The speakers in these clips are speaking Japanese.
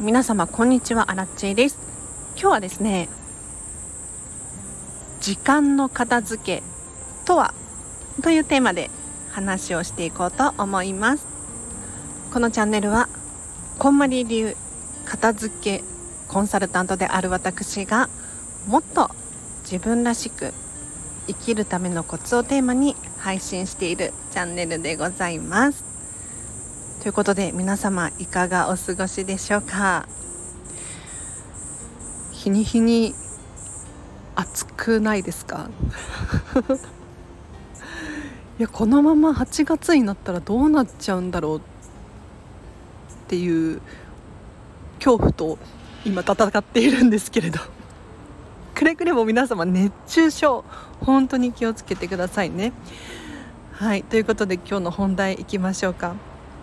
皆様こんにちは、アラッチェです。今日はですね、時間の片付けとはというテーマで話をしていこうと思います。このチャンネルはこんまり流片付けコンサルタントである私がもっと自分らしく生きるためのコツをテーマに配信しているチャンネルでございます。ということで皆様いかがお過ごしでしょうか。日に日に暑くないですかいや、このまま8月になったらどうなっちゃうんだろうっていう恐怖と今戦っているんですけれど、くれぐれも皆様熱中症本当に気をつけてくださいね。はい、ということで今日の本題いきましょうか。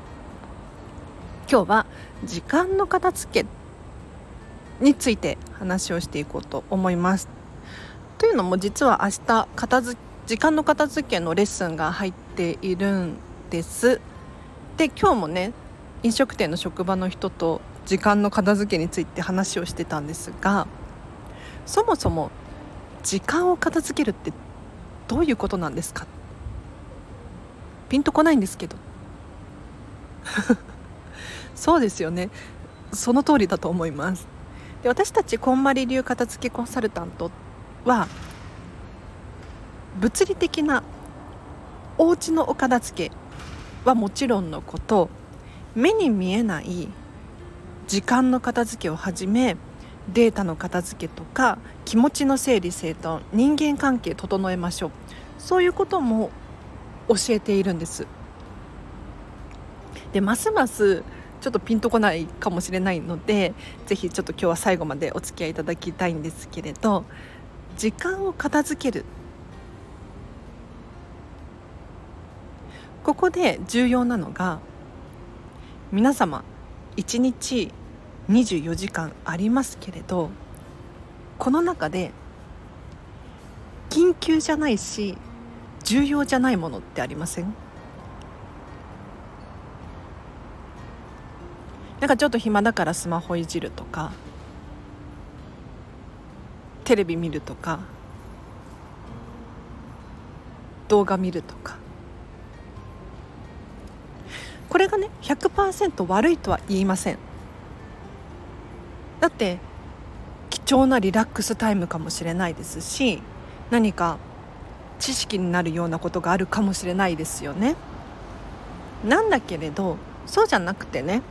今日は時間の片付けについて話をしていこうと思います。というのも実は明日時間の片付けのレッスンが入っているんです。で、今日もね、飲食店の職場の人と時間の片付けについて話をしてたんですが、そもそも時間を片付けるってどういうことなんですか？ピンとこないんですけどそうですよね、その通りだと思います。で、私たちこんまり流片付けコンサルタントは物理的なお家のお片付けはもちろんのこと、目に見えない時間の片付けをはじめ、データの片付けとか気持ちの整理整頓、人間関係整えましょう、そういうことも教えているんです。で、ますますちょっとピンとこないかもしれないので、ぜひちょっと今日は最後までお付き合いいただきたいんですけれど、時間を片付ける、ここで重要なのが、皆様1日24時間ありますけれど、この中で緊急じゃないし重要じゃないものってありません？なんかちょっと暇だからスマホいじるとか、テレビ見るとか、動画見るとか、これがね 100% 悪いとは言いません。だって貴重なリラックスタイムかもしれないですし、何か知識になるようなことがあるかもしれないですよね。なんだけれど、そうじゃなくてね、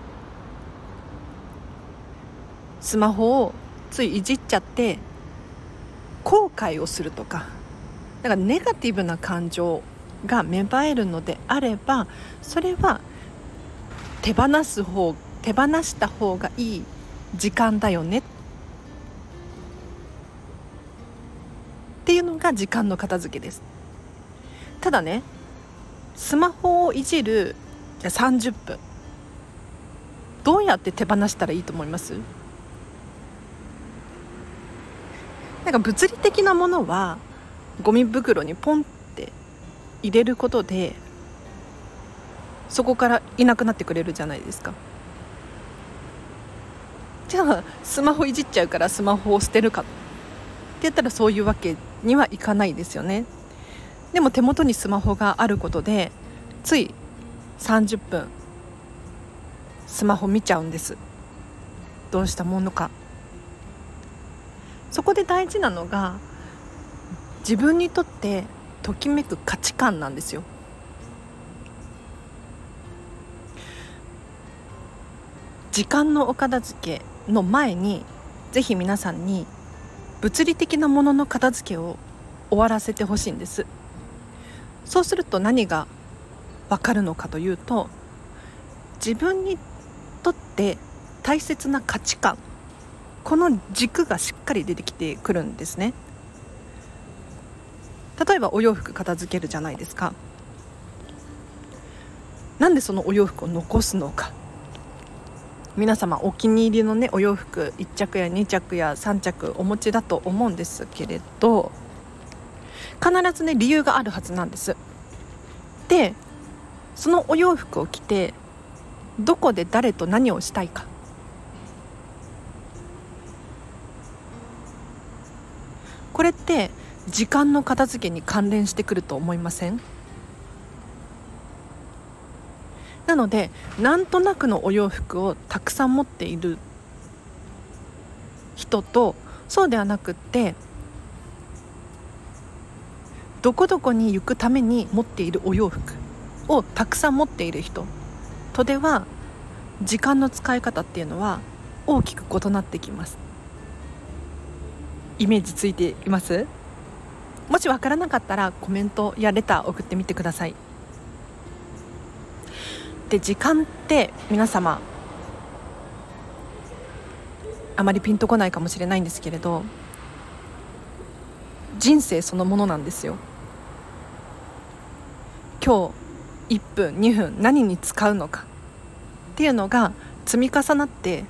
スマホをついいじっちゃって後悔をするとか、だからネガティブな感情が芽生えるのであれば、それは手放した方がいい時間だよねっていうのが時間の片付けです。ただね、スマホをいじる30分、どうやって手放したらいいと思います？なんか物理的なものはゴミ袋にポンって入れることでそこからいなくなってくれるじゃないですか。じゃあスマホいじっちゃうからスマホを捨てるかって言ったらそういうわけにはいかないですよね。でも手元にスマホがあることでつい30分スマホ見ちゃうんです。どうしたものか。そこで大事なのが自分にとってときめく価値観なんですよ。時間のお片付けの前にぜひ皆さんに物理的なものの片付けを終わらせてほしいんです。そうすると何がわかるのかというと、自分にとって大切な価値観、この軸がしっかり出てきてくるんですね。例えばお洋服片付けるじゃないですか。なんでそのお洋服を残すのか。皆様お気に入りのね、お洋服1着や2着や3着お持ちだと思うんですけれど、必ずね理由があるはずなんです。で、そのお洋服を着てどこで誰と何をしたいか、 これって時間の片付けに関連してくると思いません？なのでなんとなくのお洋服をたくさん持っている人と、そうではなくってどこどこに行くために持っているお洋服をたくさん持っている人とでは、時間の使い方っていうのは大きく異なってきます。イメージついています？もしわからなかったらコメントやレター送ってみてください。で、時間って皆様あまりピンとこないかもしれないんですけれど、人生そのものなんですよ。今日1分2分何に使うのかっていうのが積み重なって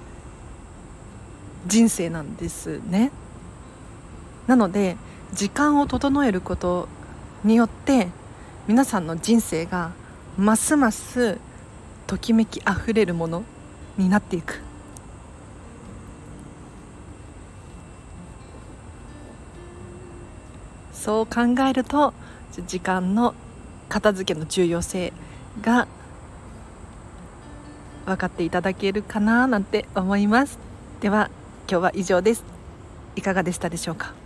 人生なんですね。なので時間を整えることによって皆さんの人生がますますときめきあふれるものになっていく。そう考えると時間の片付けの重要性が分かっていただけるかななんて思います。では今日は以上です。いかがでしたでしょうか？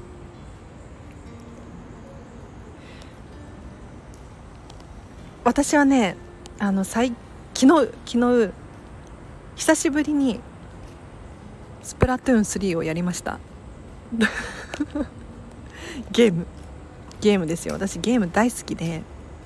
私はね、昨日久しぶりにスプラトゥーン3をやりましたゲームですよ。私ゲーム大好きで、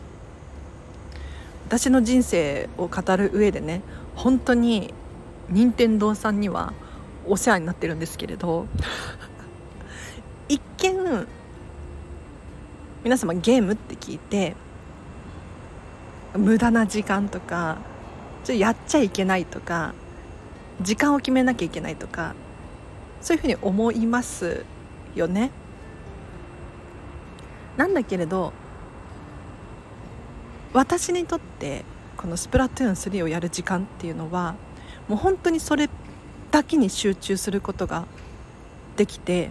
私の人生を語る上でね、本当に任天堂さんにはお世話になってるんですけれど一見皆様ゲームって聞いて無駄な時間とかやっちゃいけないとか時間を決めなきゃいけないとか、そういうふうに思いますよね。なんだけれど私にとってこのスプラトゥーン3をやる時間っていうのはもう本当にそれだけに集中することができて、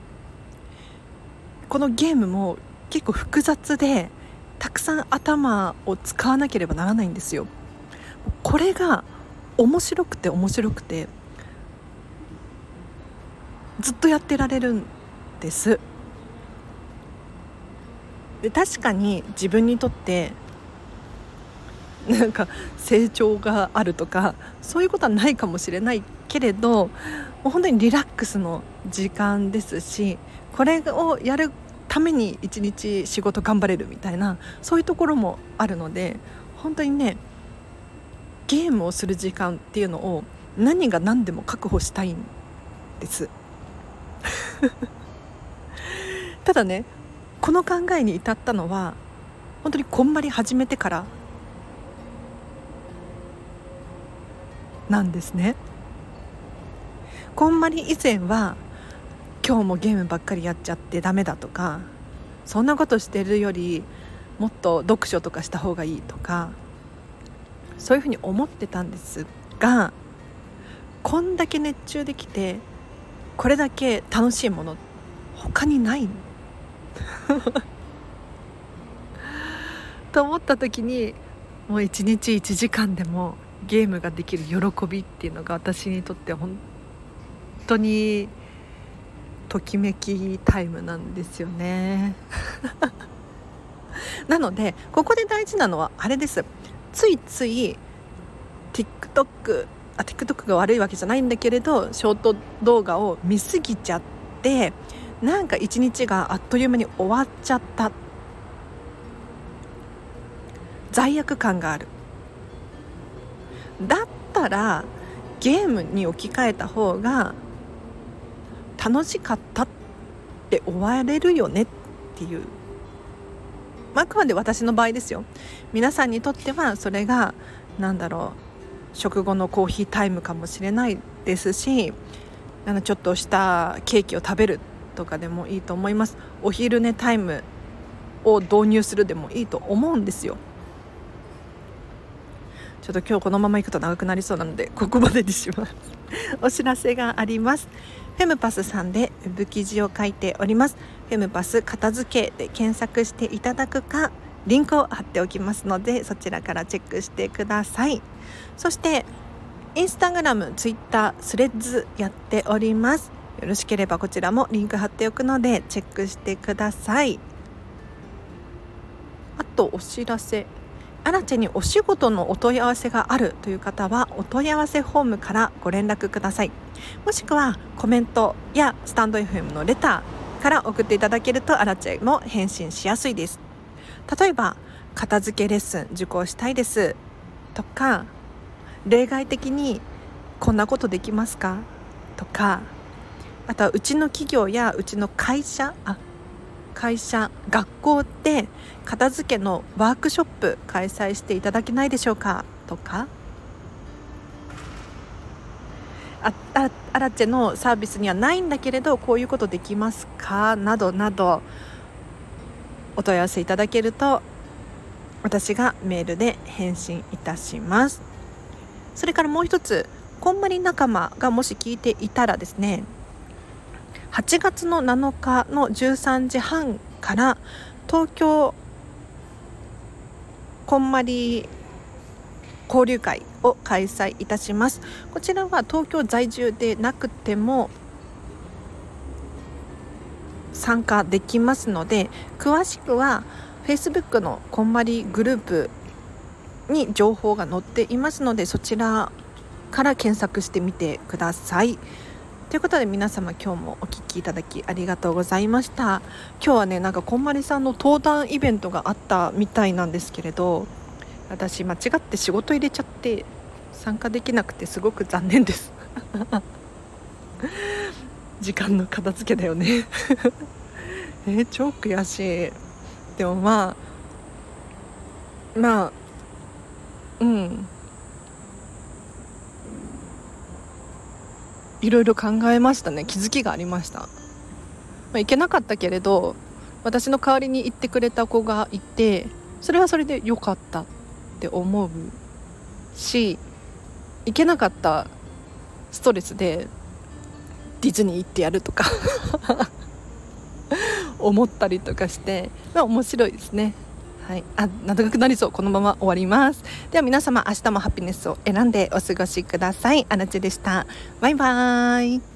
このゲームも結構複雑でたくさん頭を使わなければならないんですよ。これが面白くてずっとやってられるんです。で、確かに自分にとってなんか成長があるとかそういうことはないかもしれないけれど、もう本当にリラックスの時間ですし、これをやるために一日仕事頑張れるみたいな、そういうところもあるので、本当にねゲームをする時間っていうのを何が何でも確保したいんですただね、この考えに至ったのは本当にこんまり始めてからなんですね。こんまり以前は今日もゲームばっかりやっちゃってダメだとか、そんなことしてるよりもっと読書とかした方がいいとか、そういうふうに思ってたんですが、こんだけ熱中できてこれだけ楽しいもの他にないと思った時に、もう1日1時間でもゲームができる喜びっていうのが私にとって本当にときめきタイムなんですよねなのでここで大事なのはあれです。ついつい TikTok が悪いわけじゃないんだけれど、ショート動画を見すぎちゃって、なんか一日があっという間に終わっちゃった、罪悪感がある。だったらゲームに置き換えた方が楽しかったって終われるよねっていう、あくまで私の場合ですよ。皆さんにとってはそれが食後のコーヒータイムかもしれないですし、ちょっとしたケーキを食べるとかでもいいと思います。お昼寝タイムを導入するでもいいと思うんですよ。ちょっと今日このまま行くと長くなりそうなのでここまでにしますお知らせがあります。 フェムパスさんでウェブ記事を書いております。フェムパス片付けで検索していただくか、リンクを貼っておきますので、そちらからチェックしてください。そしてインスタグラム、ツイッター、スレッズやっております。よろしければこちらもリンク貼っておくのでチェックしてください。あとお知らせ、アラチェにお仕事のお問い合わせがあるという方はお問い合わせフォームからご連絡ください。もしくはコメントやスタンド FM のレターから送っていただけるとアラチェも返信しやすいです。例えば片付けレッスン受講したいですとか、例外的にこんなことできますかとか、あとはうちの企業やうちの会社、学校で片付けのワークショップ開催していただけないでしょうかとか、アラチェのサービスにはないんだけれどこういうことできますかなどなどお問い合わせいただけると私がメールで返信いたします。それからもう一つ、こんまり仲間がもし聞いていたらですね、8月の7日の13時半から東京こんまり交流会を開催いたします。こちらは東京在住でなくても参加できますので、詳しくは Facebook のこんまりグループに情報が載っていますので、そちらから検索してみてください。ということで皆様今日もお聞きいただきありがとうございました。今日はね、なんかこんまりさんの登壇イベントがあったみたいなんですけれど、私間違って仕事入れちゃって参加できなくてすごく残念です時間の片付けだよね超悔しい。でもまあいろいろ考えましたね。気づきがありました。行けなかったけれど私の代わりに行ってくれた子がいて、それはそれで良かったって思うし、行けなかったストレスでディズニー行ってやるとか思ったりとかして、面白いですね。はい、長くなりそう。このまま終わります。では皆様、明日もハピネスを選んでお過ごしください。あなちでした。バイバイ。